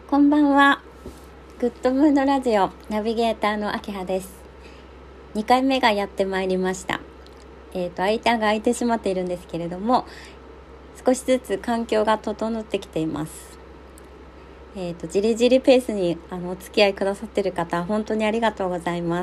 こんばんは。グッドムードラジオナビゲーターのあきはです。2回目がやってまいりました。間が空いてしまっているんですけれども、少しずつ環境が整ってきています。じりじりペースにお付き合いくださっている方、本当にありがとうございます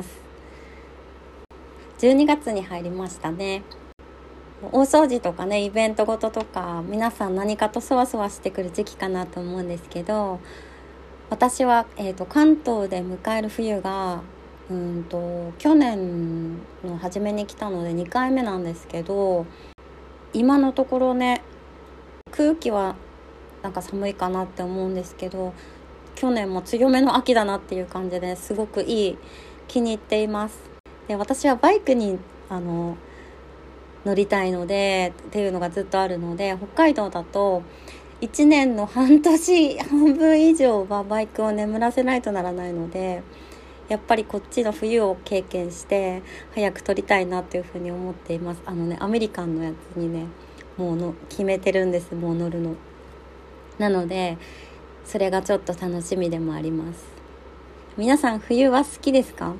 。12月に入りましたね。大掃除とかね、イベントごととか、皆さん何かとそわそわしてくる時期かなと思うんですけど、私は、関東で迎える冬が去年の初めに来たので2回目なんですけど、今のところね、空気はなんか寒いかなって思うんですけど、去年も強めの秋だなっていう感じですごく気に入っています。で、私はバイクに乗りたいのでっていうのがずっとあるので、北海道だと1年の半分以上はバイクを眠らせないとならないので、やっぱりこっちの冬を経験して早く撮りたいなというふうに思っています。アメリカンのやつにね、もう決めてるんです。もう乗るのなので、それがちょっと楽しみでもあります。皆さん冬は好きですか？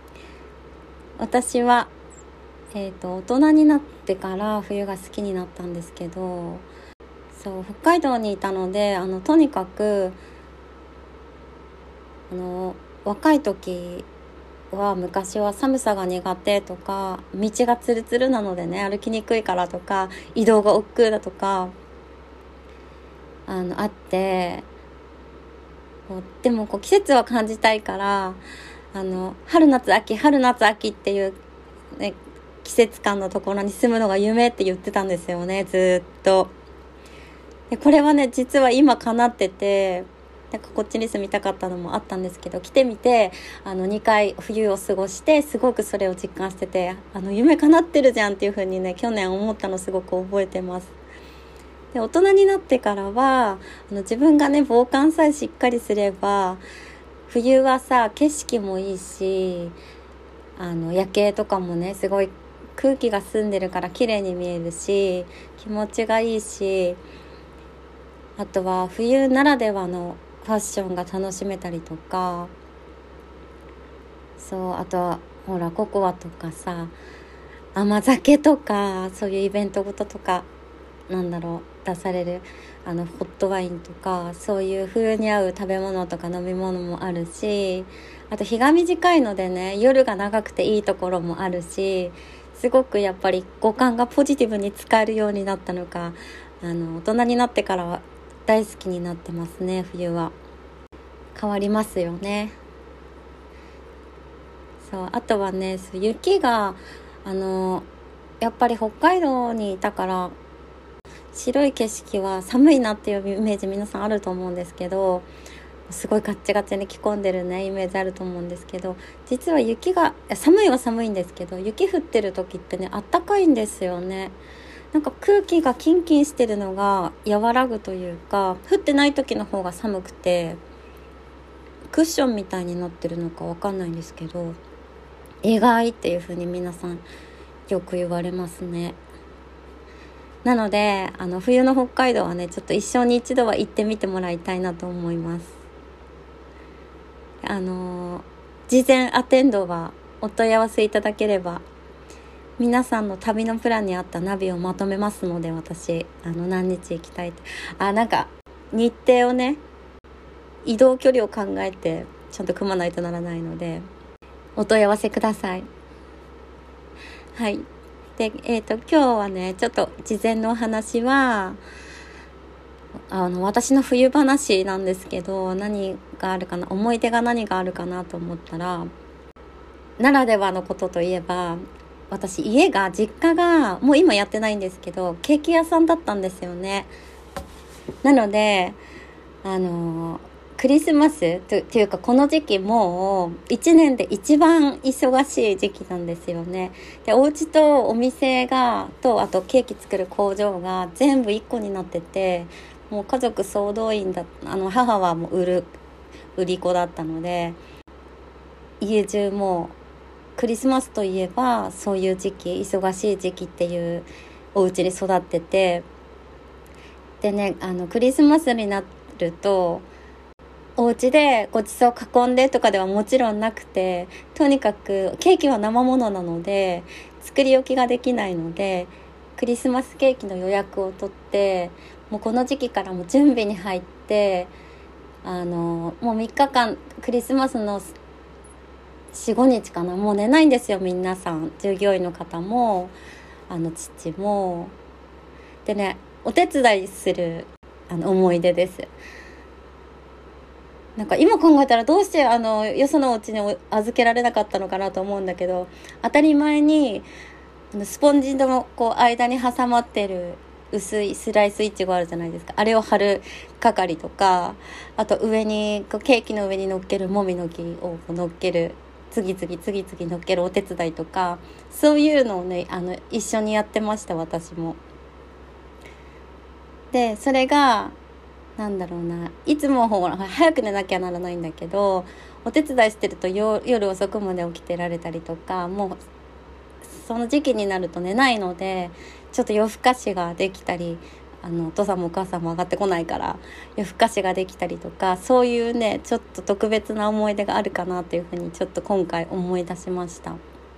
私は大人になってから冬が好きになったんですけど、そう、北海道にいたので、とにかく若い時は、昔は寒さが苦手とか、道がツルツルなのでね、歩きにくいからとか、移動が億劫だとかあって、でも季節は感じたいから、春夏秋っていう、ね、季節感のところに住むのが夢って言ってたんですよね、ずっと。で、これはね、実は今叶ってて、なんかこっちに住みたかったのもあったんですけど、来てみて2回冬を過ごして、すごくそれを実感してて、夢叶ってるじゃんっていう風にね、去年思ったのすごく覚えてます。で、大人になってからは自分がね、防寒さえしっかりすれば、冬はさ、景色もいいし、夜景とかもね、すごい空気が澄んでるから綺麗に見えるし、気持ちがいいし、あとは冬ならではのファッションが楽しめたりとか、そう、あとはほら、ココアとかさ、甘酒とか、そういうイベントごととか、出されるホットワインとか、そういう冬に合う食べ物とか飲み物もあるし、あと日が短いのでね、夜が長くていいところもあるし、すごくやっぱり五感がポジティブに使えるようになったのか、大人になってからは大好きになってますね。冬は変わりますよね。そう、あとはね、雪がやっぱり北海道にいたから、白い景色は寒いなっていうイメージ皆さんあると思うんですけど、すごいガッチガチに着込んでるね、イメージあると思うんですけど、実は雪が寒いは寒いんですけど、雪降ってる時ってね、あったかいんですよね。なんか空気がキンキンしてるのが和らぐというか、降ってない時の方が寒くてクッションみたいになってるのかわかんないんですけど、意外っていう風に皆さんよく言われますね。なので冬の北海道はね、ちょっと一生に一度は行ってみてもらいたいなと思います。事前アテンドはお問い合わせいただければ、皆さんの旅のプランに合ったナビをまとめますので、私何日行きたいって、なんか日程をね、移動距離を考えてちゃんと組まないとならないので、お問い合わせください。はい。で、今日はね、ちょっと事前のお話は私の冬話なんですけど、何があるかな、思い出が何があるかなと思ったら、ならではのことといえば、私実家がもう今やってないんですけど、ケーキ屋さんだったんですよね。なのでクリスマスというか、この時期もう1年で一番忙しい時期なんですよね。で、お家とお店あとケーキ作る工場が全部1個になってて、もう家族総動員だ。母はもう売り子だったので、家中もうクリスマスといえばそういう時期、忙しい時期っていうお家に育ってて、でね、クリスマスになるとお家でごちそう囲んでとかではもちろんなくて、とにかくケーキは生ものなので作り置きができないので、クリスマスケーキの予約を取って、もうこの時期からも準備に入って、もう3日間クリスマスの 4,5 日かな、もう寝ないんですよ、皆さん。従業員の方も父もでね、お手伝いする思い出です。なんか今考えたらどうしてよそのお家に預けられなかったのかなと思うんだけど、当たり前にスポンジのこう間に挟まってる薄いスライスイチゴあるじゃないですか。あれを貼る係とか、あと上にケーキの上に乗っけるもみの木を乗っける、次々乗っけるお手伝いとか、そういうのをね一緒にやってました、私も。でそれがなんだろうな、いつもほら早く寝なきゃならないんだけど、お手伝いしてると夜遅くまで起きてられたりとか、もうその時期になると寝ないので、ちょっと夜更かしができたり、お父さんもお母さんも上がってこないから夜更かしができたりとか、そういうねちょっと特別な思い出があるかなというふうにちょっと今回思い出しました。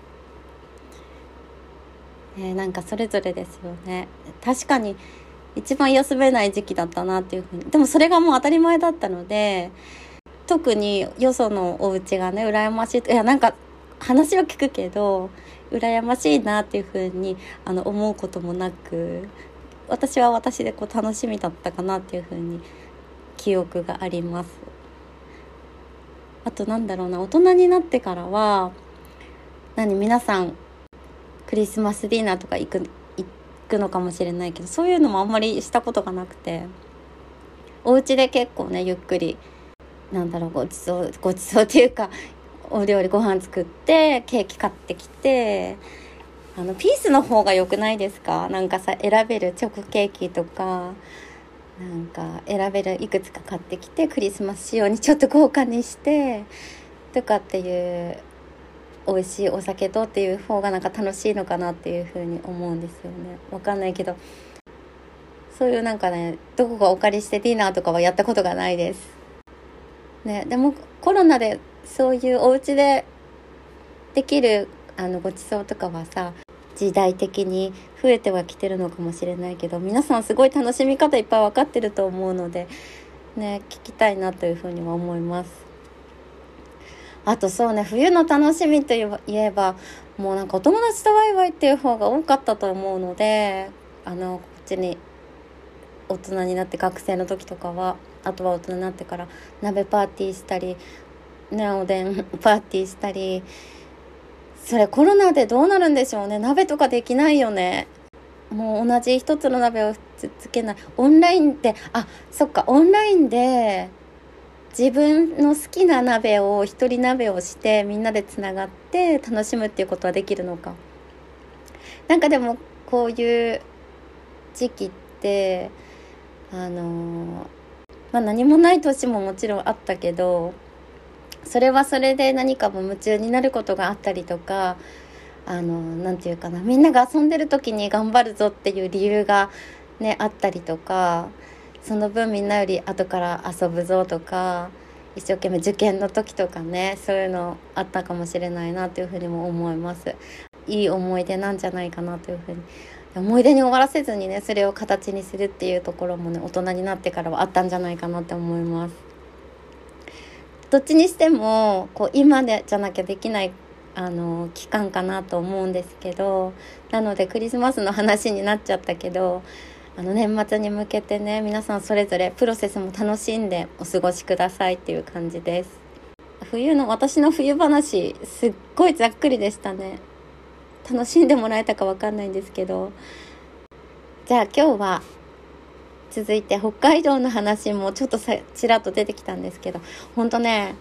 なんかそれぞれですよね。確かに一番休めない時期だったなっていうふうに。でもそれがもう当たり前だったので、特によそのお家がね羨ましい、いやなんか話は聞くけど羨ましいなっていうふうに思うこともなく、私は私でこう楽しみだったかなっていうふうに記憶があります。あとなんだろうな、大人になってからは皆さんクリスマスディナーとか行くのかもしれないけど、そういうのもあんまりしたことがなくて、お家で結構ねゆっくりごちそうっていうか、お料理ご飯作ってケーキ買ってきて、ピースの方が良くないですか？なんかさ、選べるチョコケーキとかなんか選べるいくつか買ってきて、クリスマス仕様にちょっと豪華にしてとかっていう、美味しいお酒とっていう方がなんか楽しいのかなっていうふうに思うんですよね。わかんないけど、そういうなんかね、どこかお借りしてディナーとかはやったことがないですね。でもコロナでそういうお家でできるごちそうとかはさ、時代的に増えてはきてるのかもしれないけど、皆さんすごい楽しみ方いっぱい分かってると思うのでね、聞きたいなというふうには思います。あとそうね、冬の楽しみといえば、もうなんかお友達とワイワイっていう方が多かったと思うので、こっちに大人になって学生の時とかは、あとは大人になってから鍋パーティーしたりね、おでんパーティーしたり。それコロナでどうなるんでしょうね。鍋とかできないよね。もう同じ一つの鍋をつけない。オンラインで、そっか、オンラインで自分の好きな鍋を一人鍋をしてみんなでつながって楽しむっていうことはできるのか。なんかでもこういう時期って何もない年ももちろんあったけど、それはそれで何かも夢中になることがあったりとか、なんていうかな、みんなが遊んでる時に頑張るぞっていう理由がねあったりとか、その分みんなより後から遊ぶぞとか、一生懸命受験の時とかね、そういうのあったかもしれないなというふうにも思います。いい思い出なんじゃないかなというふうに、思い出に終わらせずにね、それを形にするっていうところもね、大人になってからはあったんじゃないかなって思います。どっちにしてもこう今でじゃなきゃできない期間かなと思うんですけど、なのでクリスマスの話になっちゃったけど、年末に向けてね、皆さんそれぞれプロセスも楽しんでお過ごしくださいっていう感じです。私の冬話すっごいざっくりでしたね。楽しんでもらえたかわかんないんですけど、じゃあ今日は続いて北海道の話もちょっとちらっと出てきたんですけど、ほんとね、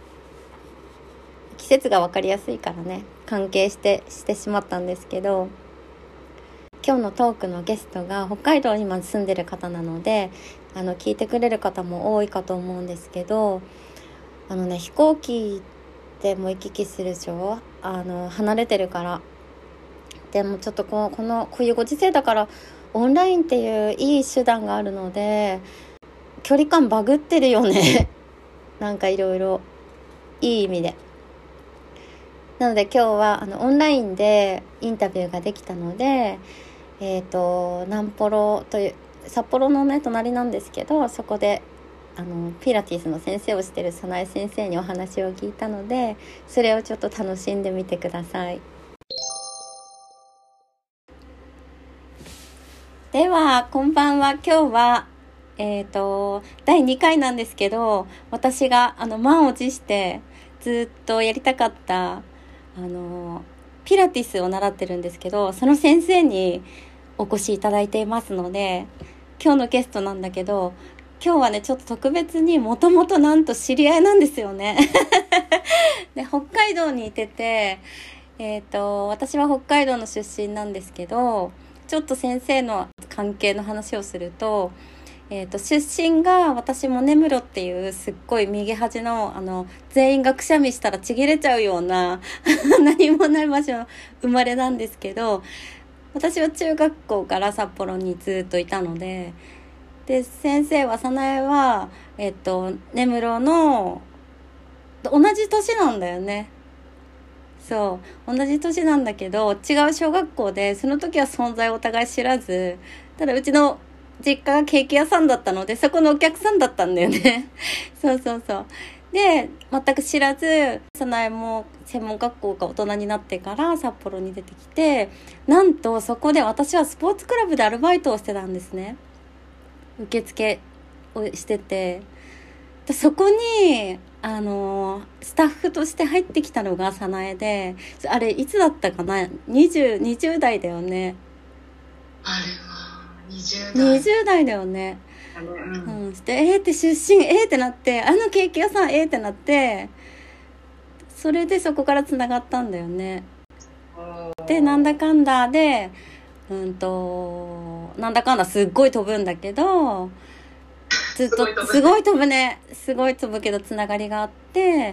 季節が分かりやすいからね、関係してしまったんですけど、今日のトークのゲストが北海道に今住んでる方なので、聞いてくれる方も多いかと思うんですけど、飛行機でも行き来するでしょ、離れてるから。でもちょっとこういうご時世だからオンラインっていういい手段があるので、距離感バグってるよねなんかいろいろいい意味で。なので今日はオンラインでインタビューができたので、南ポロという札幌のね隣なんですけど、そこでピラティスの先生をしてる早苗先生にお話を聞いたので、それをちょっと楽しんでみてください。ではこんばんは。今日は第2回なんですけど、私が満を持してずっとやりたかったピラティスを習ってるんですけど、その先生にお越しいただいていますので、今日のゲストなんだけど、今日はねちょっと特別にもともとなんと知り合いなんですよねで北海道にいてて、私は北海道の出身なんですけど、ちょっと先生の関係の話をすると、出身が私も根室っていうすっごい右端の全員がくしゃみしたらちぎれちゃうような何もない場所の生まれなんですけど、私は中学校から札幌にずっといたので、先生は早苗は根室の同じ年なんだよね。そう同じ年なんだけど違う小学校で、その時は存在をお互い知らず、ただうちの実家がケーキ屋さんだったのでそこのお客さんだったんだよねそうで全く知らず、早苗も専門学校が大人になってから札幌に出てきて、なんとそこで私はスポーツクラブでアルバイトをしてたんですね。受付をしてて、そこにスタッフとして入ってきたのが早苗で、あれいつだったかな、20代だよね。 あれは20 代だよね。でって出身ってなって、ケーキ屋さんってなって、それでそこからつながったんだよね。でなんだかんだでなんだかんだすっごい飛ぶんだけど、ずっとすごい飛ぶね、すごい飛ぶけどつながりがあって、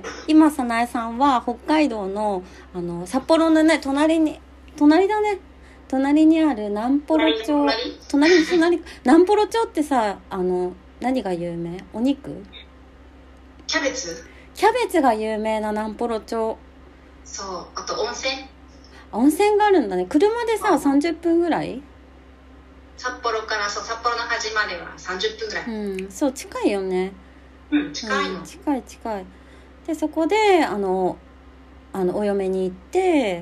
今早苗さんは北海道の札幌のね隣だね、隣にある南幌町、隣南幌町ってさ、何が有名？お肉？ キャベツが有名な南幌町。 そう、あと温泉があるんだね。車でさ30分ぐらい？ 札幌から札幌の端までは30分ぐらい。 そう近いよね。 近いの。 近い。でそこでお嫁に行って、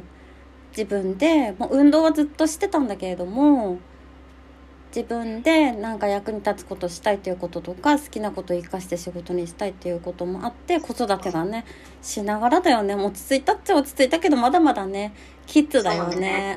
自分でもう運動はずっとしてたんだけれども、自分でなんか役に立つことしたいということとか、好きなことを生かして仕事にしたいということもあって、子育てがねしながらだよね。落ち着いたっちゃ落ち着いたけど、まだまだねキッズだよね。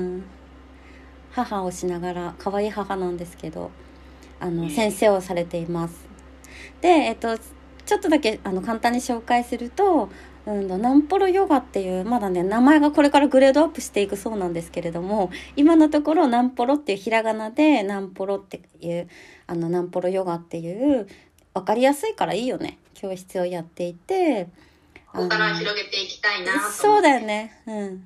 母をしながら、可愛い母なんですけど、先生をされています。でちょっとだけ簡単に紹介すると、南ポロヨガっていう、まだね名前がこれからグレードアップしていくそうなんですけれども、今のところ南ポロっていうひらがなで南ポロっていう南ポロヨガっていう分かりやすいからいいよね教室をやっていて、 ここから広げていきたいなと思って。 そうだよね。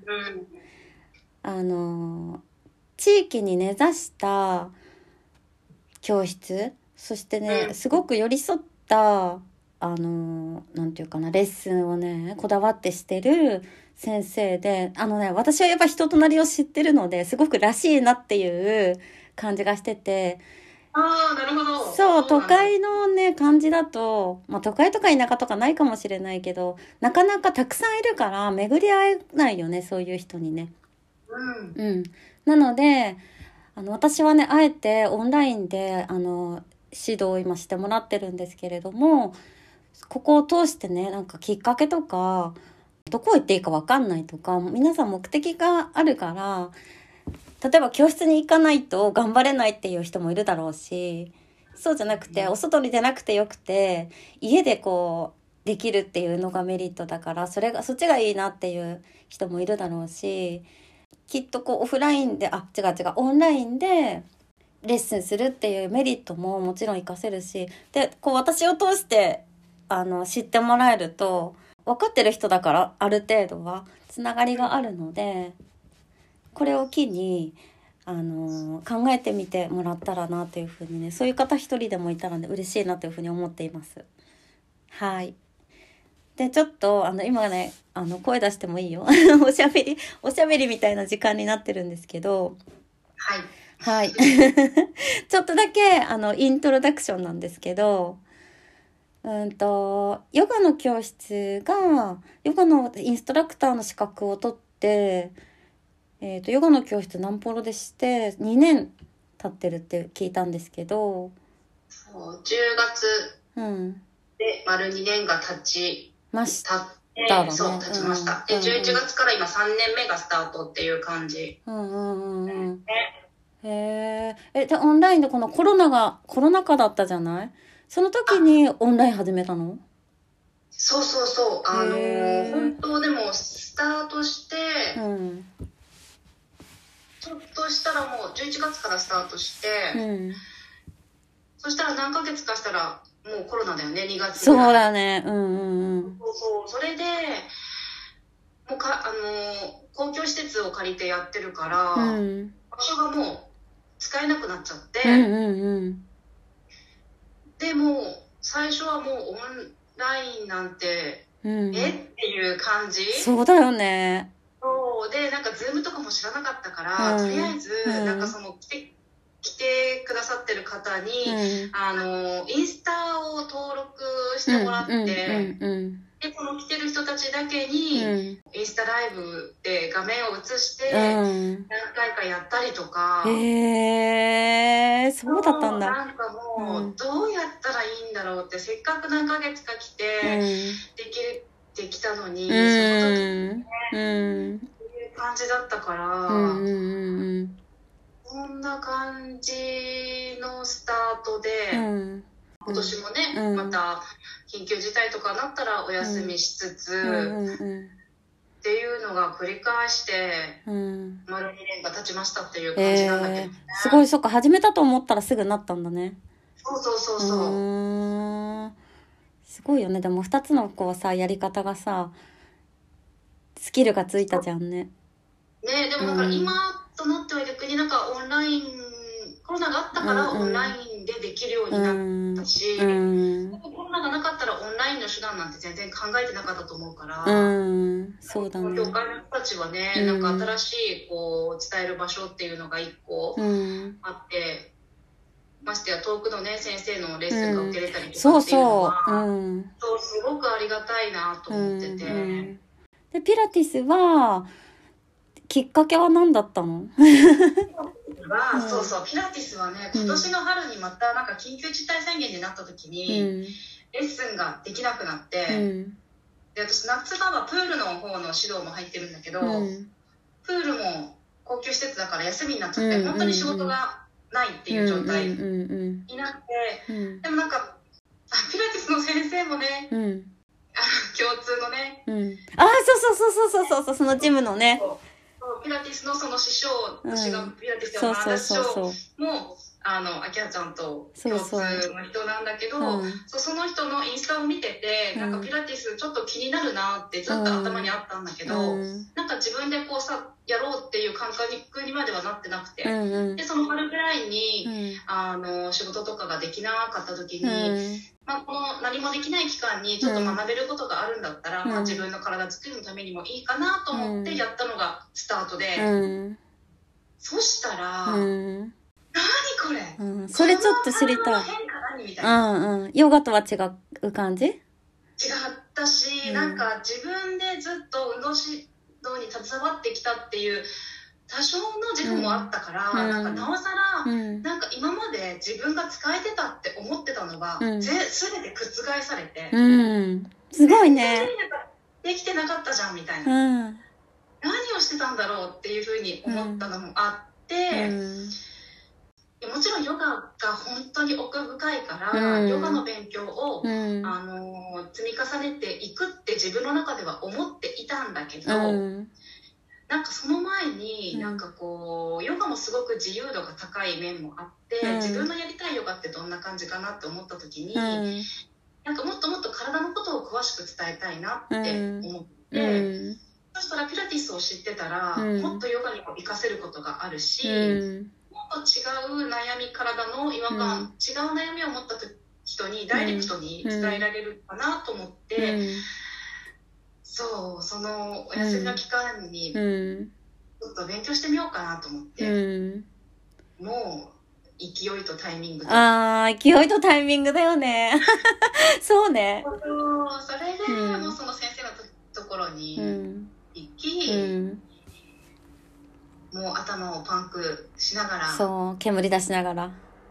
地域に根ざした教室、そしてね、すごく寄り添ったなんていうかな、レッスンをねこだわってしてる先生で、私はやっぱ人となりを知ってるので、すごくらしいなっていう感じがしてて。 なるほど。 そう、都会のね感じだと、都会とか田舎とかないかもしれないけど、なかなかたくさんいるから巡り合えないよね、そういう人にね。なので私はねあえてオンラインで指導を今してもらってるんですけれども、ここを通してね、なんかきっかけとか、どこ行っていいか分かんないとか、皆さん目的があるから、例えば教室に行かないと頑張れないっていう人もいるだろうし、そうじゃなくてお外に出なくてよくて家でこうできるっていうのがメリットだから、そっちがいいなっていう人もいるだろうし、きっとこうオフラインでオンラインでレッスンするっていうメリットももちろん活かせるし、でこう私を通して知ってもらえると、分かってる人だからある程度はつながりがあるので、これを機に考えてみてもらったらなというふうにね、そういう方一人でもいたらね嬉しいなというふうに思っています。 はい。で、ちょっと、今ね、声出してもいいよ。おしゃべりみたいな時間になってるんですけど、 はい。 はい。ちょっとだけ、イントロダクションなんですけど、ヨガの教室が、ヨガのインストラクターの資格を取って、ヨガの教室ナンポロでして2年経ってるって聞いたんですけど、 そう10月で丸2年が経ちましたね。そう経ちました。で11月から今3年目がスタートっていう感じ。 へえ。でオンラインでこのコロナ禍だったじゃない？その時にオンライン始めたの？ そう本当でもスタートして、ちょっとしたらもう11月からスタートして、そしたら何ヶ月かしたらもうコロナだよね、2月ぐらい。 そうだね。 それでもう公共施設を借りてやってるから、場所がもう使えなくなっちゃって、でも最初はもうオンラインなんて、っていう感じ。 そうだよね。 そうでなんかズームとかも知らなかったから、とりあえずなんかその来てくださってる方に、インスタを登録してもらって、でこの来てる人たちだけに、インスタライブで画面を映して、何回かやったりとか。 へえ、そうだったんだ。 なんかもう、どうやったらいいんだろうって、せっかく何ヶ月か来て、できたのに、その時っていう感じだったから、こんな感じのスタートで、今年もね、また緊急事態とかなったらお休みしつつ、っていうのが繰り返して、丸2年が経ちましたっていう感じなんだけどね。 すごい、そっか、始めたと思ったらすぐなったんだね。 そうすごいよね。でも2つのこうさ、やり方がさ、スキルがついたじゃんね。 ね、でもだから今となっては逆になんかオンライン、コロナがあったからオンラインでできるようになったし、コロナがなかったらオンラインの手段なんて全然考えてなかったと思うから、 そうだね。 業界の人たちはね、なんか新しいこう伝える場所っていうのが一個あって、ましてや遠くのね先生のレッスンが受けれたりとかっていうのは、そうすごくありがたいなと思ってて。 でピラティスはきっかけは何だったの？ そうピラティスはね、今年の春にまたなんか緊急事態宣言になった時に、レッスンができなくなって、で私夏場はプールの方の指導も入ってるんだけど、プールも公共施設だから休みになっちゃって、本当に仕事がないっていう状態になって、でもなんかピラティスの先生もね、共通のね、 そうそのジムのね、 ピラティスのその師匠、私がピラティスで学んだ師匠も秋葉ちゃんと共通の人なんだけど、その人のインスタを見てて、なんかピラティスちょっと気になるなってずっと頭にあったんだけど、なんか自分でこうさやろうっていう感覚にまではなってなくて、でその春ぐらいに、仕事とかができなかった時に、この何もできない期間にちょっと学べることがあるんだったら、自分の体作るためにもいいかなと思ってやったのがスタートで、そしたら、何これ、 それちょっと知りたい。ヨガとは違う感じ？違ったし、なんか自分でずっと運動指導に携わってきたっていう多少の自負もあったから、なんかなおさら、なんか今まで自分が使えてたって思ってたのが、全て覆されて、 すごいね。 できてなかったじゃんみたいな、何をしてたんだろうっていうふうに思ったのもあって、もちろんヨガが本当に奥深いから、ヨガの勉強を、積み重ねていくって自分の中では思っていたんだけど、なんかその前になんかこうヨガもすごく自由度が高い面もあって、自分のやりたいヨガってどんな感じかなって思った時に、なんかもっともっと体のことを詳しく伝えたいなって思って、そしたらピラティスを知ってたら、もっとヨガにも活かせることがあるし、もっと違う悩み、体の違和感、違う悩みを持った人ににダイレクトに伝えられるかなと思って、そう、そのお休みの期間にちょっと勉強してみようかなと思って、もう勢いとタイミングと。 勢いとタイミングだよね。そうね。 それで、もうその先生のところに行き、もう頭をパンクしながら。 そう、煙出しながら。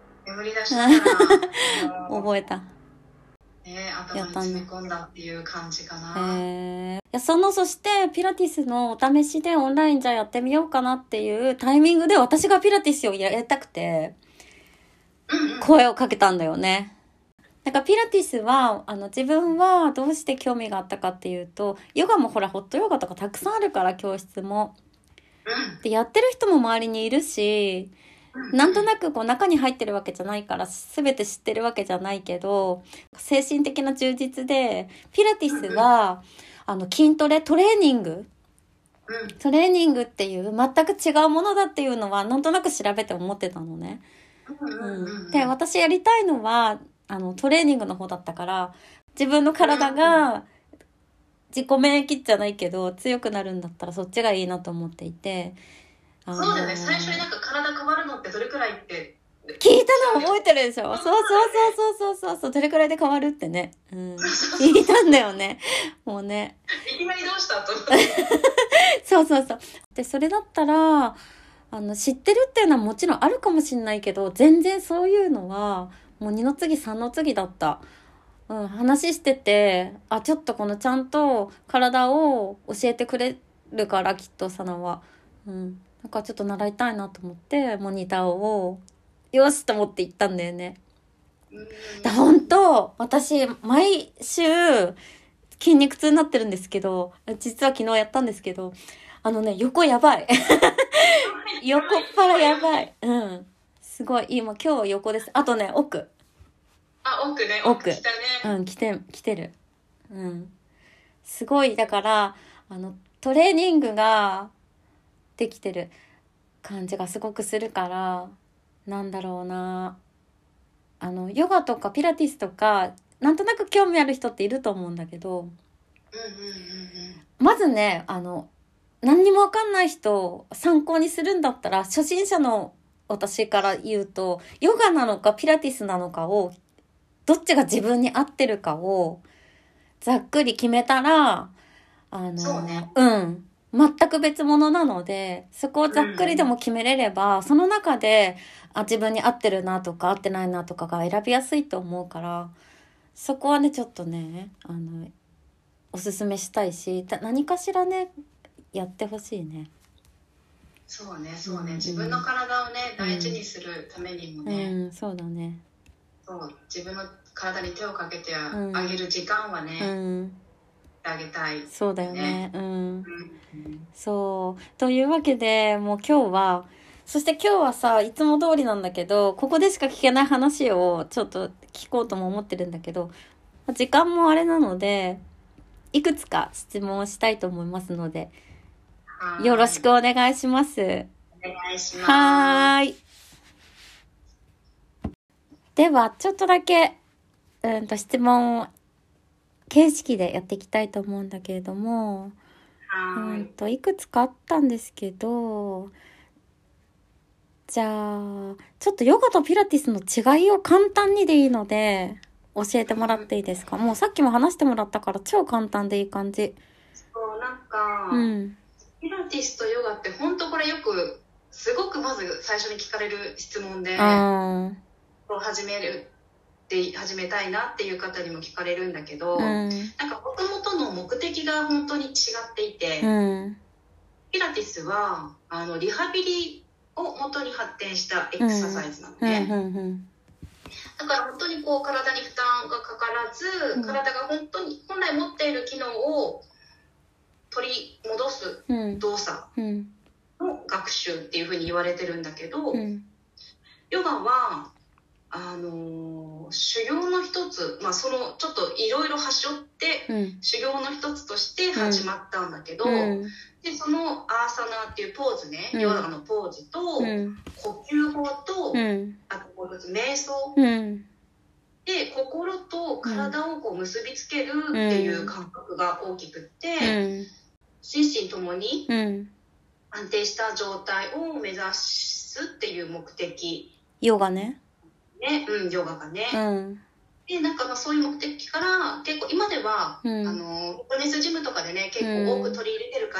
覚えた。 頭に詰め込んだっていう感じかな。 そしてピラティスのお試しでオンラインじゃやってみようかなっていうタイミングで私がピラティスをやりたくて声をかけたんだよね。なんかピラティスは自分はどうして興味があったかっていうと、ヨガもほらホットヨガとかたくさんあるから、教室もでやってる人も周りにいるし、なんとなくこう中に入ってるわけじゃないから全て知ってるわけじゃないけど、精神的な充実で、ピラティスは筋トレトレーニングっていう全く違うものだっていうのはなんとなく調べて思ってたのね。で、私やりたいのはトレーニングの方だったから、自分の体が自己免疫じゃないけど強くなるんだったらそっちがいいなと思っていて。 そうだよね。最初になんか体変わるのってどれくらいって聞いたの覚えてるでしょ。そうどれくらいで変わるってね、聞いたんだよね。もうね、 いきなりどうしたと思ってそうで、それだったら知ってるっていうのはもちろんあるかもしれないけど、全然そういうのはもう2の次3の次だった。話してて、ちょっとこのちゃんと体を教えてくれるから、きっとサナはなんかちょっと習いたいなと思ってモニターをよしと思って行ったんだよね。本当私毎週筋肉痛になってるんですけど、実は昨日やったんですけど、横やばい横っ腹やばい。すごい今日横です。あとね、奥ね、奥来たね。 来てる。すごい、だからトレーニングができてる感じがすごくするから、なんだろうな、ヨガとかピラティスとかなんとなく興味ある人っていると思うんだけど、まずね、何にもわかんない人を参考にするんだったら、初心者の私から言うと、ヨガなのかピラティスなのかを、どっちが自分に合ってるかをざっくり決めたら、 そうね、 全く別物なので、そこをざっくりでも決めれれば、その中で自分に合ってるなとか合ってないなとかが選びやすいと思うから、そこはねちょっとねおすすめしたいし、何かしらねやってほしいね。 そうね、自分の体をね大事にするためにもね、 そうだね。 そう自分の体に手をかけてあげる時間はね、あげたい、ね、 そうだよね。そうというわけで、もう今日はさ、いつも通りなんだけど、ここでしか聞けない話をちょっと聞こうとも思ってるんだけど、時間もあれなのでいくつか質問をしたいと思いますので、よろしくお願いします。お願いします。 はい。ではちょっとだけ質問を形式でやっていきたいと思うんだけれども、いくつかあったんですけど、じゃあちょっとヨガとピラティスの違いを簡単にでいいので教えてもらっていいですか？もうさっきも話してもらったから超簡単でいい感じ。 そう、なんか、ピラティスとヨガって本当これよくすごくまず最初に聞かれる質問で、始めたいなっていう方にも聞かれるんだけど、なんかもともとの目的が本当に違っていて、ピラティスはリハビリを元に発展したエクササイズなので、だから本当にこう体に負担がかからず、体が本来持っている機能を取り戻す動作の学習っていうふうに言われてるんだけど、ヨガは修行の一つ、そのちょっといろいろ端折って修行の一つとして始まったんだけど、でそのアーサナっていうポーズね、ヨガのポーズと、呼吸法と、あともう一つ瞑想、でこ心と体をこう結びつけるっていう感覚が大きくって、心身ともに安定した状態を目指すっていう目的。 ヨガね。 ヨガがね。でなんかそういう目的から結構今では、フィットネスジムとかでね結構多く取り入れてるから、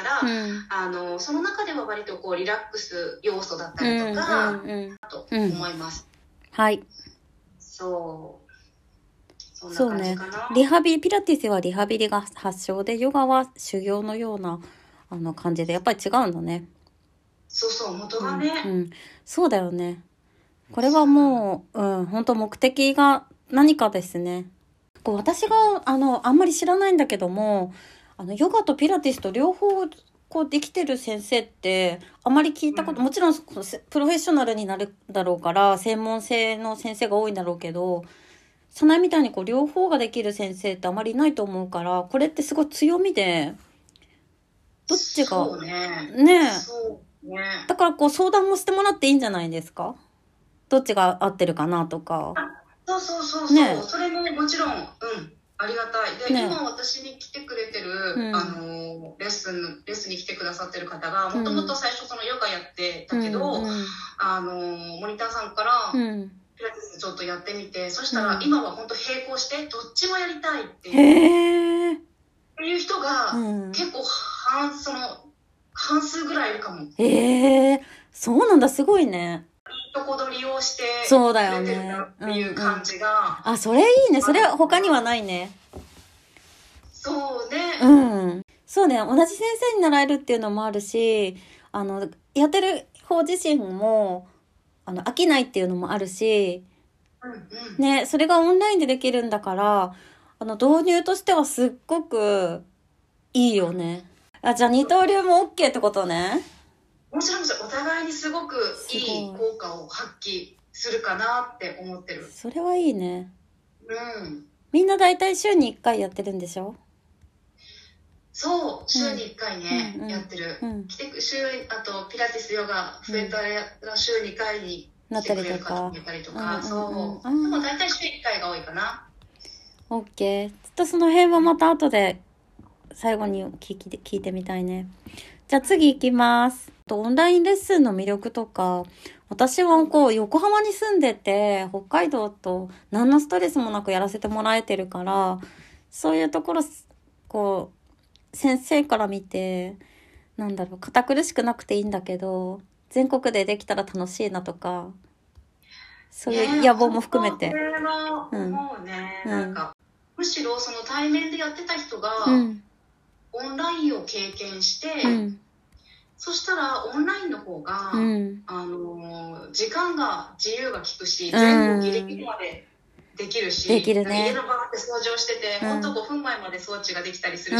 その中では割とこうリラックス要素だったりとか、と思います。 はい。 そんな感じかな。 そうね。リハビリ、ピラティスはリハビリが発祥で、ヨガは修行のような感じで、やっぱり違うんだね。 そう元がね。 そうだよね。これはもう、本当目的が何かですね。こう私があんまり知らないんだけども、ヨガとピラティスと両方こうできてる先生ってあまり聞いたこと、もちろんプロフェッショナルになるだろうから専門性の先生が多いんだろうけど、早苗みたいにこう両方ができる先生ってあまりいないと思うから、これってすごい強みで、どっちがそうね。 だからこう相談もしてもらっていいんじゃないですか。どっちが合ってるかなとか。 そう、ね、それももちろん、ありがたい。で、ね、今私に来てくれてる、レッスンに来てくださってる方が、もともと最初そのヨガやってたけど、モニターさんから、ピラティスちょっとやってみて、そしたら今は本当並行してどっちもやりたいっていう人が、結構半数ぐらいいるかも。 そうなんだ、すごいね。 いいとこ取りをしてそうだよねっていう感じが、 それいいね。それ他にはないね。 そうね。 そうね。同じ先生に習えるっていうのもあるし、やってる方自身も飽きないっていうのもあるし、ね、それがオンラインでできるんだから、導入としてはすっごくいいよね。じゃあ二刀流も OK ってことね。 もちろんお互いにすごくいい効果を発揮するかなって思ってる。 それはいいね。みんなだいたい週に1回やってるんでしょ？ そう、週に1回ね、やってる。あとピラティスヨガ増えたら週2回に来てくれる方もいたりとか、そう。でもだいたい週1回が多いかな。 OK。ちょっとその辺はまた後で最後に聞いてみたいね。じゃあ次行きます。オンラインレッスンの魅力とか、私はこう横浜に住んでて北海道と何のストレスもなくやらせてもらえてるから、そういうところこう先生から見て堅苦しくなくていいんだけど、全国でできたら楽しいなとか、そういう野望も含めて。 もうね、なんかむしろその対面でやってた人が、オンラインを経験して、そしたらオンラインの方が、時間が自由が利くし、全部ギリギリまでできるし、 できるね、 家のバーって掃除をしてて、ほんと5分前まで装置ができたりするし、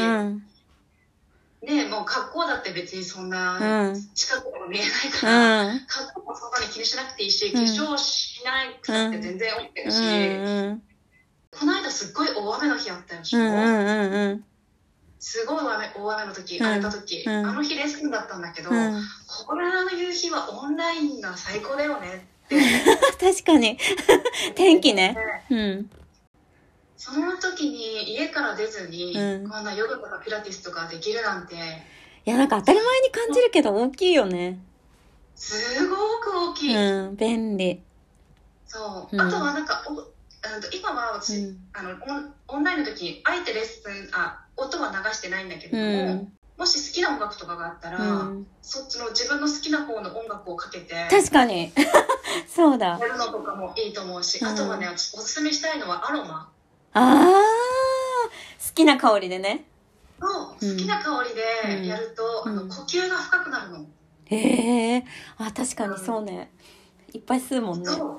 ね、もう格好だって別にそんな近くでも見えないから、格好もそんなに気にしなくていいし、化粧しなくたって全然 OK だし、この間すっごい大雨の日あったでしょ。すごい大雨の時、荒れた時、あの日レッスンだったんだけど、これの夕日はオンラインが最高だよねって確かに天気ね、 その時に家から出ずに、こんなヨガとかピラティスとかできるなんて、 いや、なんか当たり前に感じるけど大きいよね。 すごく大きい。 便利。 そう。あとはなんか今は私、オンラインの時にあえてレッスン音は流してないんだけれども、もし好きな音楽とかがあったら、そっちの自分の好きな方の音楽をかけて、 確かにそうだ、 やるのとかもいいと思うし、あとはね、おすすめしたいのはアロマ。 好きな香りでね。 好きな香りでやると、呼吸が深くなるの。 へえ、確かにそうね、いっぱい吸うもんね。 そう、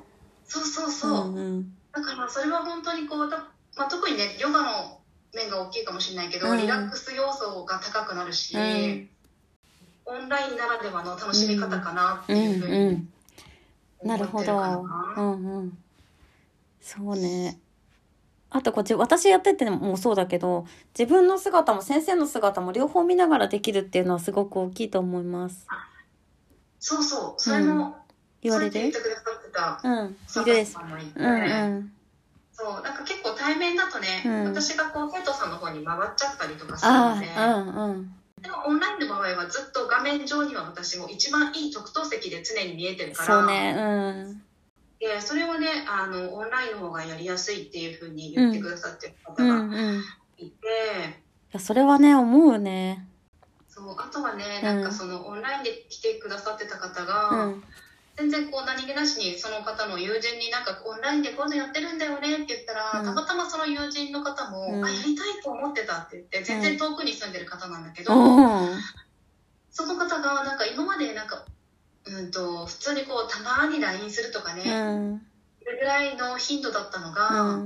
だからそれは本当にこう、特にねヨガの面が大きいかもしれないけど、リラックス要素が高くなるし、オンラインならではの楽しみ方かなっていうふうに思ってるかな。 そうね。あと私やっててもそうだけど、自分の姿も先生の姿も両方見ながらできるっていうのはすごく大きいと思います。 そう、それも言われて、 言ってくださってたいるです。 そうなんか結構対面だとね、私がこう生徒さんの方に回っちゃったりとかするので、でもオンラインの場合はずっと画面上には私も一番いい特等席で常に見えてるから、 そうね、 でそれはねオンラインの方がやりやすいっていうふうに言ってくださってる方がいて、 いやそれはね思うね。 そうあとはねなんかそのオンラインで来てくださってた方が、全然こう何気なしにその方の友人になんかオンラインでこういうのやってるんだよねって言ったら、たまたまその友人の方も、やりたいと思ってたって言って全然遠くに住んでる方なんだけど、その方がなんか今までなんか普通にこうたまに LINE するとかね、それぐらいの頻度だったのが、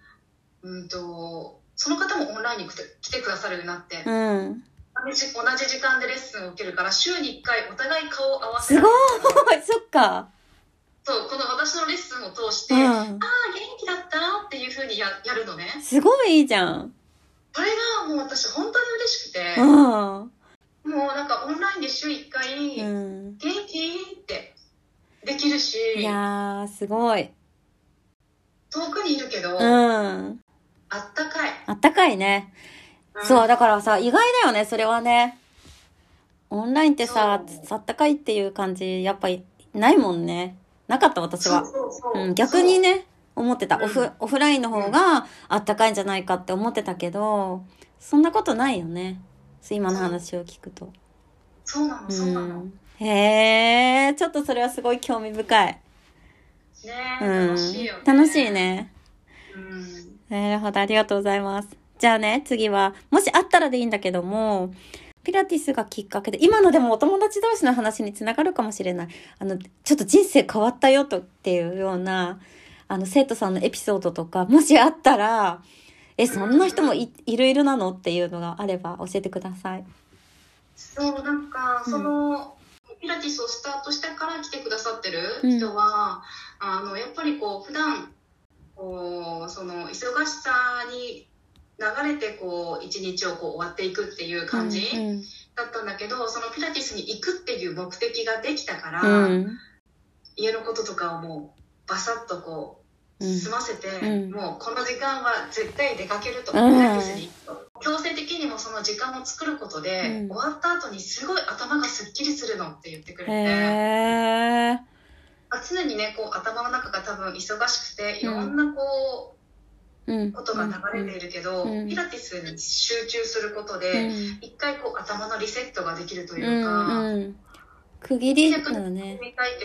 その方もオンラインに来てくださるようになって、同じ時間でレッスンを受けるから週に1回お互い顔を合わせる。 すごいそっか。 そうこの私のレッスンを通して、ああ元気だったっていう風にやるのね。 すごいいいじゃん。 それがもう私本当に嬉しくて、もうなんかオンラインで週1回、元気ってできるし、 いやーすごい。 遠くにいるけど、あったかいね。そうだからさ意外だよねそれはね。オンラインってさあったかいっていう感じやっぱりないもんね。なかった私は。逆にね思ってた、オフラインの方があったかいんじゃないかって思ってたけど、そんなことないよね今の話を聞くと。 そうなの。 へえちょっとそれはすごい興味深いね。楽しいよね。 楽しいね。なるほどありがとうございます。じゃあね次はもしあったらでいいんだけども、ピラティスがきっかけで今のでもお友達同士の話につながるかもしれない、ちょっと人生変わったよっていうような生徒さんのエピソードとかもしあったら、そんな人もいるなのっていうのがあれば教えてください。 そうなんかその、ピラティスをスタートしてから来てくださってる人は、やっぱりこう普段こうその忙しさに流れてこう一日をこう終わっていくっていう感じだったんだけど、そのピラティスに行くっていう目的ができたから、家のこととかをもうバサッとこう済ませて、もうこの時間は絶対出かけると、ピラティスに行くと強制的にもその時間を作ることで、終わった後にすごい頭がすっきりするのって言ってくれて、常にねこう頭の中が多分忙しくていろんなこう、ことが流れているけど、ピラティスに集中することで、一回こう頭のリセットができるというか、 区切りだね。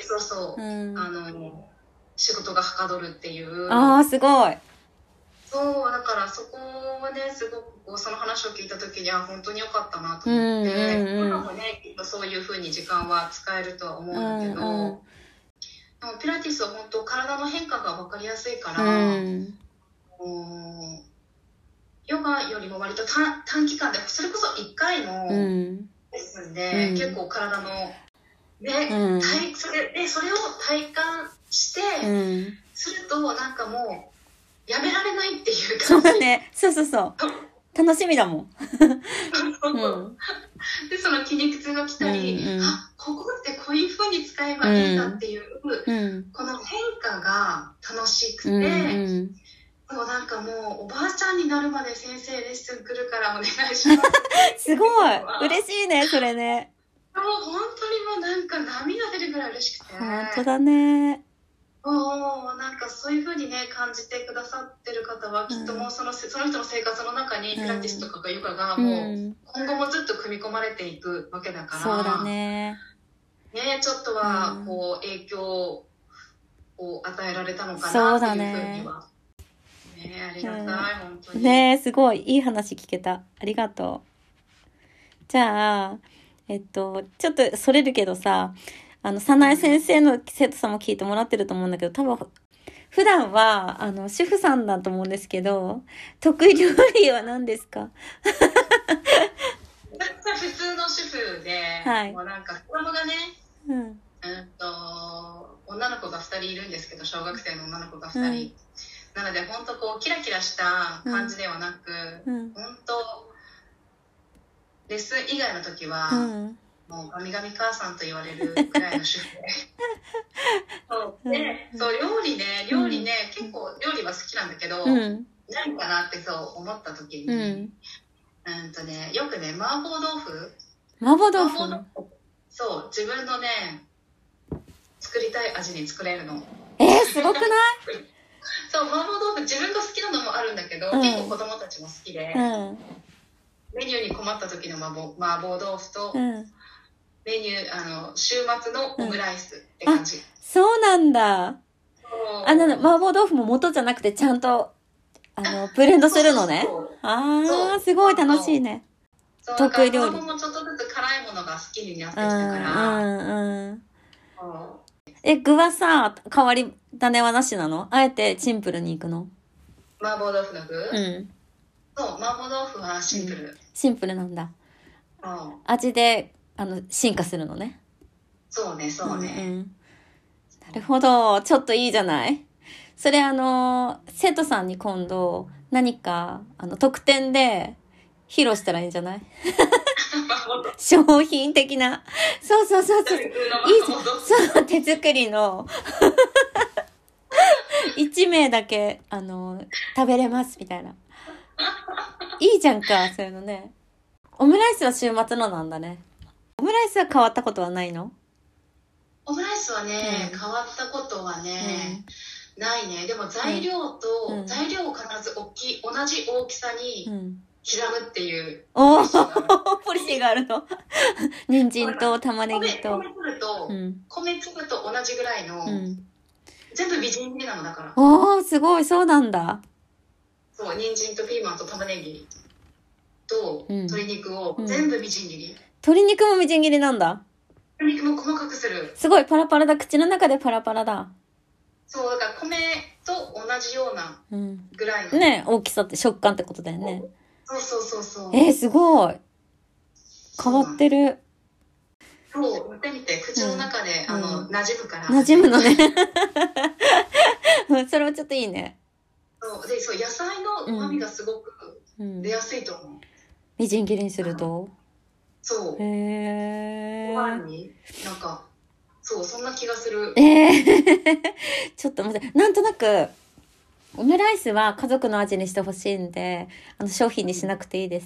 仕事がはかどるっていう。 すごい。 そうだからそこはねすごくこうその話を聞いた時には本当に良かったなと思って、今もねきっとそういう風に時間は使えるとは思うんだけど、でもピラティスは本当体の変化が分かりやすいから。ヨガよりも割と短期間でそれこそ1回のレッスンで、結構体のね、それを体感して、するとなんかもうやめられないっていう感じ。 そうだね。そう楽しみだもん。 でその筋肉痛が来たり、ここってこういう風に使えばいいんだっていう、この変化が楽しくて、もうなんかもうおばあちゃんになるまで先生レッスン来るからお願いしますすごい嬉しいねそれね。 もう本当にもうなんか涙出るぐらい嬉しくて。 本当だね。 なんかそういう風にね感じてくださってる方はきっともうその人の生活の中にピラティスとかヨガがもう今後もずっと組み込まれていくわけだから、 そうだね。 ちょっとはこう影響を与えられたのかなっていう風には。ありがたい、本当にね。すごいいい話聞けた。ありがとう。じゃあちょっとそれるけどさ、早苗先生の生徒さんも聞いてもらってると思うんだけど、多分普段は主婦さんだと思うんですけど、得意料理は何ですか？ 普通の主婦で、もうなんか子供がね、女の子が2人いるんですけど、小学生の女の子が2人、なので本当こうキラキラした感じではなく、本当レッスン以外の時は、 もう神々母さんと言われるぐらいの主婦でそう料理ね、結構料理は好きなんだけど、何かなってそう思った時に、よくね麻婆豆腐そう自分のね作りたい味に作れるの。 すごくない？ そう麻婆豆腐自分が好きなのもあるんだけど、結構子供たちも好きで、メニューに困った時の麻婆豆腐と、メニュー週末のオムライスって感じ。 そうなんだ。麻婆豆腐も元じゃなくてちゃんとブレンドするのね。すごい楽しいね。得意料理。 子供もちょっとずつ辛いものが好きになってきたから。 具はさ、変わり種はなしなの？あえてシンプルにいくの？ 麻婆豆腐の具？そう、麻婆豆腐はシンプル。 シンプルなんだ。味で進化するのね。 そうね。 なるほど。ちょっといいじゃない？それ生徒さんに今度何か特典で披露したらいいんじゃない？商品的な。そう。いいじゃん。そう、手作りの。1名だけ、食べれますみたいな。いいじゃんか、そういうのね。オムライスは週末のなんだね。オムライスは変わったことはないの？ オムライスはね、変わったことはね、ないね。でも材料を必ず同じ大きさに刻むっていうポリシーがあるの。人参と玉ねぎと米粒と同じぐらいの、全部みじん切りなのだから。 すごい、そうなんだ。 そう、人参とピーマンと玉ねぎと鶏肉を全部みじん切り。 鶏肉もみじん切りなんだ。 鶏肉も細かくする。 すごいパラパラだ。口の中でパラパラだ。 そう、だから米と同じようなぐらいの、 ね、大きさって食感ってことだよね。 そう。 すごい。変わってる。 そう、やってみて、口の中で、馴染むから。 馴染むのね。それはちょっといいね。 そう、野菜の旨味がすごく出やすいと思う。 みじん切りにすると。 そう。ご飯に、そう、そんな気がする。 ちょっと待って、なんとなく、オムライスは家族の味にしてほしいんで、商品にしなくていいです。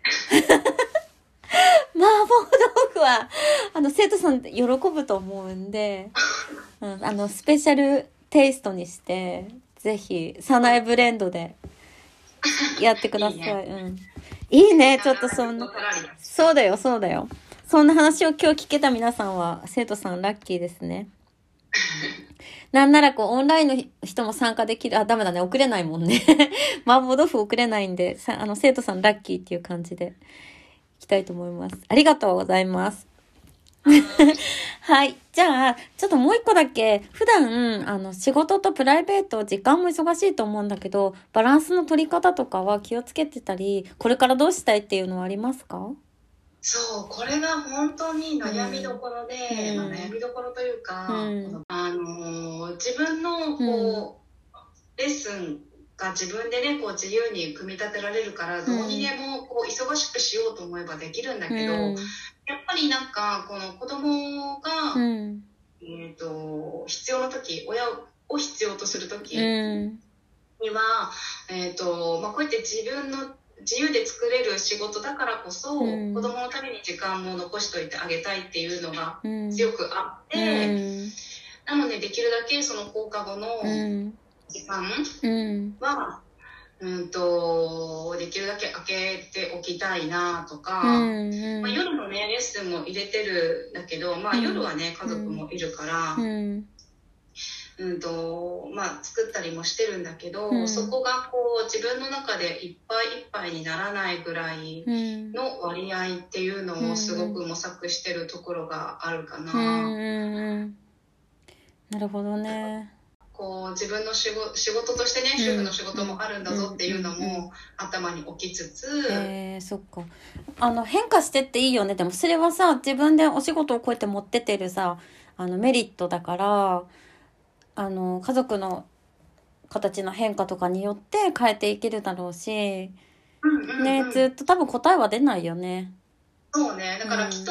麻婆豆腐は、生徒さん喜ぶと思うんで、スペシャルテイストにして、ぜひ、サナエブレンドでやってください。いいね、ちょっとそんな。そうだよ。そんな話を今日聞けた皆さんは、生徒さんラッキーですね。なんならオンラインの人も参加できる。ダメだね。送れないもんね。麻婆豆腐送れないんで、生徒さんラッキーっていう感じでいきたいと思います。ありがとうございます。はい。じゃあ、ちょっともう一個だけ、普段、仕事とプライベート、時間も忙しいと思うんだけど、バランスの取り方とかは気をつけてたり、これからどうしたいっていうのはありますか？ そう、これが本当に悩みどころで、悩みどころというか、自分のレッスンが自分でね自由に組み立てられるから、どうにでも忙しくしようと思えばできるんだけど、やっぱりこの子供が、必要な時、親を必要とする時には、こうやって自分の自由で作れる仕事だからこそ、子供のために時間も残しといてあげたいっていうのが強くあって、なのでできるだけその放課後の時間は、できるだけ空けておきたいなとか、夜のねレッスンも入れてるんだけど、夜はね家族もいるから、作ったりもしてるんだけど、そこが自分の中でいっぱいいっぱいにならないぐらいの割合っていうのをすごく模索してるところがあるかな。 なるほどね。 自分の仕事としてね、主婦の仕事もあるんだぞっていうのも頭に置きつつ、 そっか。変化してっていいよね。でもそれはさ、自分でお仕事をこうやって持ってってるさ、メリットだから、家族の形の変化とかによって変えていけるだろうし、ね、ずっと多分答えは出ないよね。 そうね、だからきっと子供が大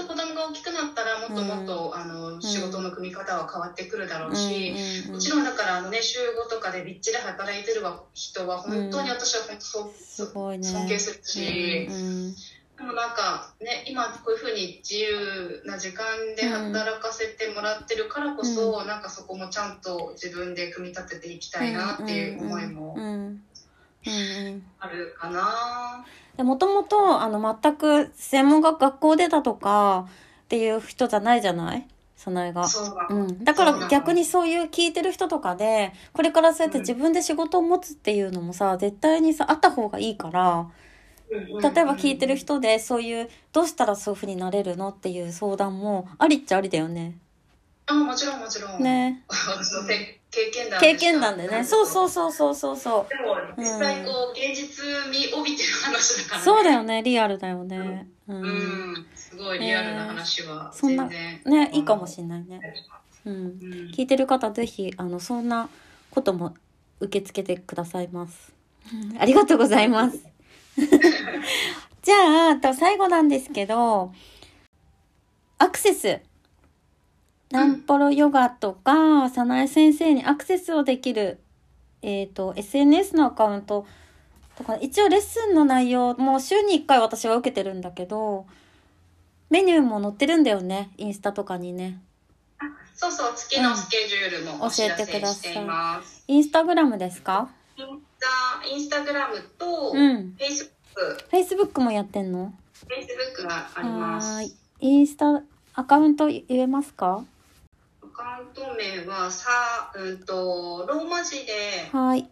大きくなったらもっともっと、仕事の組み方は変わってくるだろうし、もちろんだから週5とかでびっちり働いてる人は本当に私は本当尊敬するし、でもなんかね、今こういうふうに自由な時間で働かせてもらってるからこそ、なんかそこもちゃんと自分で組み立てていきたいなっていう思いもあるかな。 もともと全く専門学校出たとかっていう人じゃないじゃない、早苗が。だから逆にそういう聞いてる人とかでこれからそうやって自分で仕事を持つっていうのもさ、絶対にさあった方がいいから、例えば聞いてる人でそういうどうしたらそういうふうになれるのっていう相談もありっちゃありだよね。 もちろんもちろんね。 経験談でね。そう。でも実際こう現実味帯びてる話だからね。 そうだよね、リアルだよね。 すごいリアルな話は全然ね、いいかもしれないね。聞いてる方ぜひそんなことも受け付けてくださいます。ありがとうございます。じゃあ最後なんですけど、アクセスナンポロヨガとか早苗先生にアクセスをできるSNS のアカウントとか、一応レッスンの内容も週に1回私は受けてるんだけど、メニューも載ってるんだよね、インスタとかにね。 そう月のスケジュールもお知らせしています。 インスタグラムですか？ インスタグラムと、 Facebook もやってんの？ Facebook があります。 インスタアカウント言えますか？ アカウント名はローマ字で、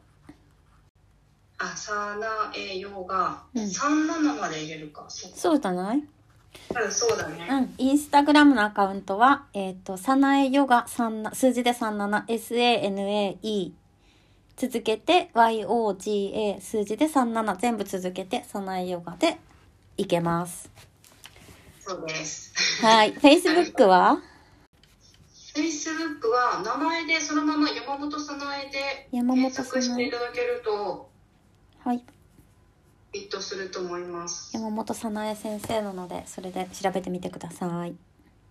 サナエヨガ37まで入れるか。 そうじゃない？ そうだね。 インスタグラムのアカウントはサナエヨガ数字で37 SANAE 続けて YOGA 数字で37全部続けてサナエヨガでいけます。 そうです。 Facebook は ？Facebook は名前でそのまま山本早苗で検索していただけるとヒットすると思います。 山本早苗先生なのでそれで調べてみてください。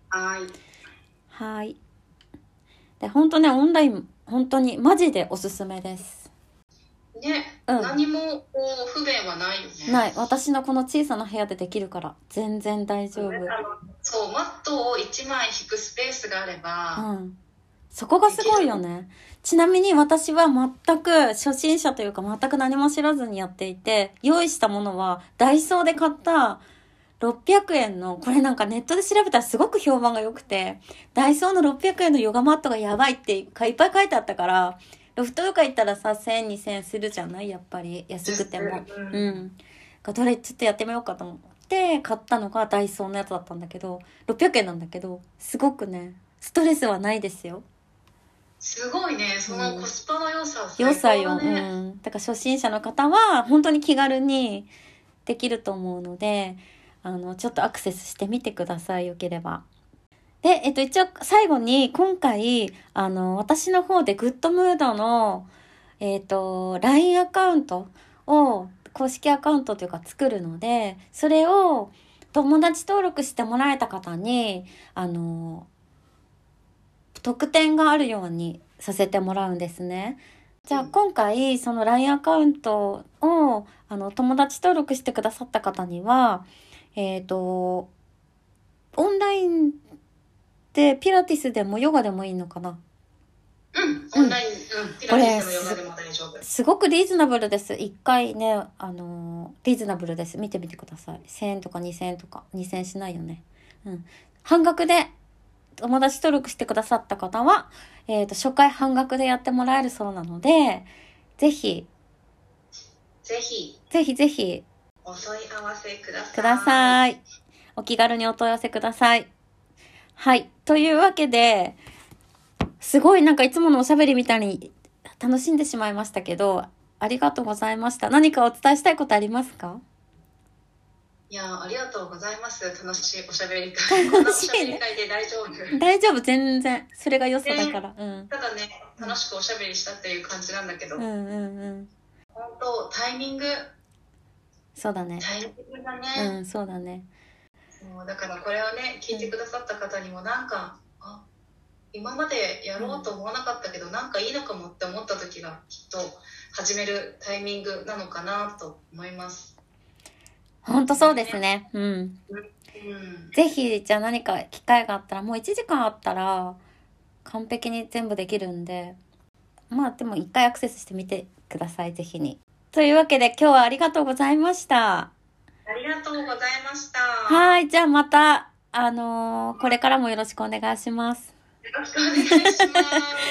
で本当ね、オンライン本当にマジでおすすめですね。何も不便はないよね。 ない。私のこの小さな部屋でできるから全然大丈夫。 そう、マットを1枚引くスペースがあれば、 そこがすごいよね。ちなみに私は全く初心者というか全く何も知らずにやっていて、用意したものはダイソーで買った600円の、これなんかネットで調べたらすごく評判が良くて、ダイソーの600円のヨガマットがやばいっていっぱい書いてあったから、ロフトとか行ったらさ、1000、2000するじゃない？やっぱり安くても。どれちょっとやってみようかと思って買ったのがダイソーのやつだったんだけど、600円なんだけど、すごくね、ストレスはないですよ。 すごいね、そのコスパの良さ、 良さよ。だから初心者の方は本当に気軽にできると思うので、ちょっとアクセスしてみてください、よければ。で、一応最後に今回私の方でグッドムードのLINE アカウントを公式アカウントというか作るので、それを友達登録してもらえた方に特典があるようにさせてもらうんですね。じゃあ今回その LINE アカウントを友達登録してくださった方にはオンラインでピラティスでもヨガでもいいのかな？ オンライン、ピラティスでもヨガでも大丈夫。 すごくリーズナブルです。1回ね、リーズナブルです。見てみてください。1000円とか2000円とか、2000円しないよね。半額で友達登録してくださった方は、初回半額でやってもらえるそうなので、ぜひお問い合わせください。 お気軽にお問い合わせください。というわけで、すごいなんかいつものおしゃべりみたいに楽しんでしまいましたけど、ありがとうございました。何かお伝えしたいことありますか？ いや、ありがとうございます。楽しいおしゃべり会。こんなおしゃべり会で大丈夫？ 大丈夫、全然。それが良さだから。 ただね、楽しくおしゃべりしたっていう感じなんだけど。本当タイミング。 そうだね。 タイミングだね。 そうだね。 もうだからこれをね聞いてくださった方にもなんか、今までやろうと思わなかったけど、なんかいいのかもって思った時がきっと始めるタイミングなのかなと思います。 本当そうですね。ぜひじゃあ何か機会があったら、もう1時間あったら完璧に全部できるんで、でも一回アクセスしてみてください、ぜひに。というわけで今日はありがとうございました。 ありがとうございました。 はい、じゃあまたこれからもよろしくお願いします。 よろしくお願いします。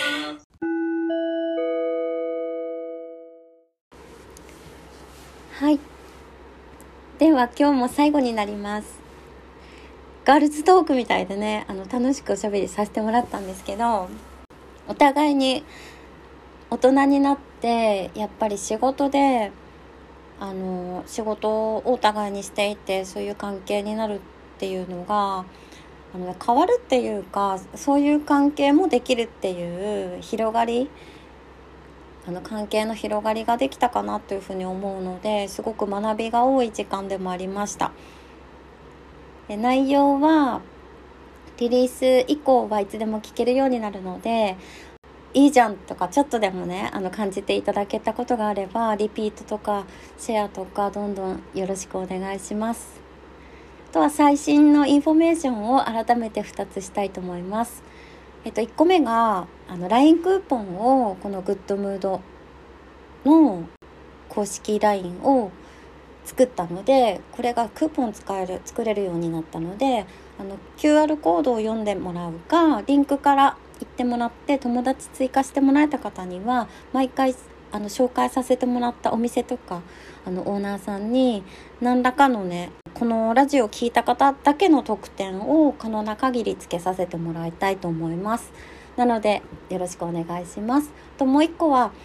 はい。では今日も最後になります。ガールズトークみたいでね、楽しくおしゃべりさせてもらったんですけど、お互いに大人になってやっぱり仕事で仕事をお互いにしていて、そういう関係になるっていうのが変わるっていうか、そういう関係もできるっていう広がり、関係の広がりができたかなというふうに思うので、すごく学びが多い時間でもありました。で、内容はリリース以降はいつでも聞けるようになるので、いいじゃんとかちょっとでもね感じていただけたことがあれば、リピートとかシェアとかどんどんよろしくお願いします。あとは最新のインフォメーションを改めて2つしたいと思います。1個目がLINE クーポンを、このグッドムードの公式 LINE を作ったので、これがクーポン作れるようになったので、QR コードを読んでもらうか、リンクから行ってもらって友達追加してもらえた方には、毎回紹介させてもらったお店とかオーナーさんに何らかのね、このラジオを聞いた方だけの特典を可能な限りつけさせてもらいたいと思います。なのでよろしくお願いします。ともう一個は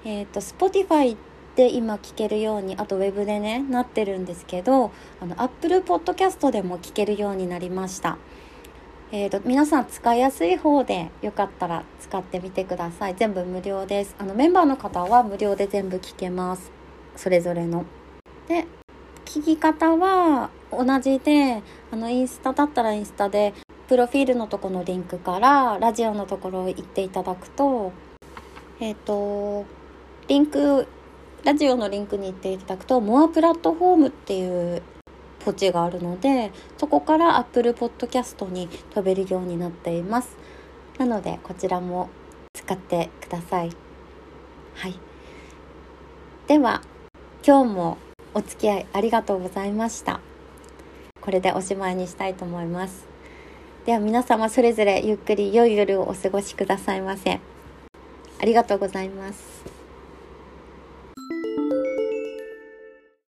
Spotify で今聞けるように、あとウェブでねなってるんですけど、Apple Podcast でも聞けるようになりました。皆さん使いやすい方でよかったら使ってみてください。全部無料です。メンバーの方は無料で全部聞けます。それぞれの。で、聞き方は同じで、インスタだったらインスタでプロフィールのとこのリンクからラジオのところを行っていただくと、ラジオのリンクに行っていただくと、モアプラットフォームっていうポチがあるので、そこから Apple Podcast に飛べるようになっています。なのでこちらも使ってください。はい。では今日もお付き合いありがとうございました。これでおしまいにしたいと思います。では皆様それぞれゆっくり良い夜をお過ごしくださいませ。ありがとうございます。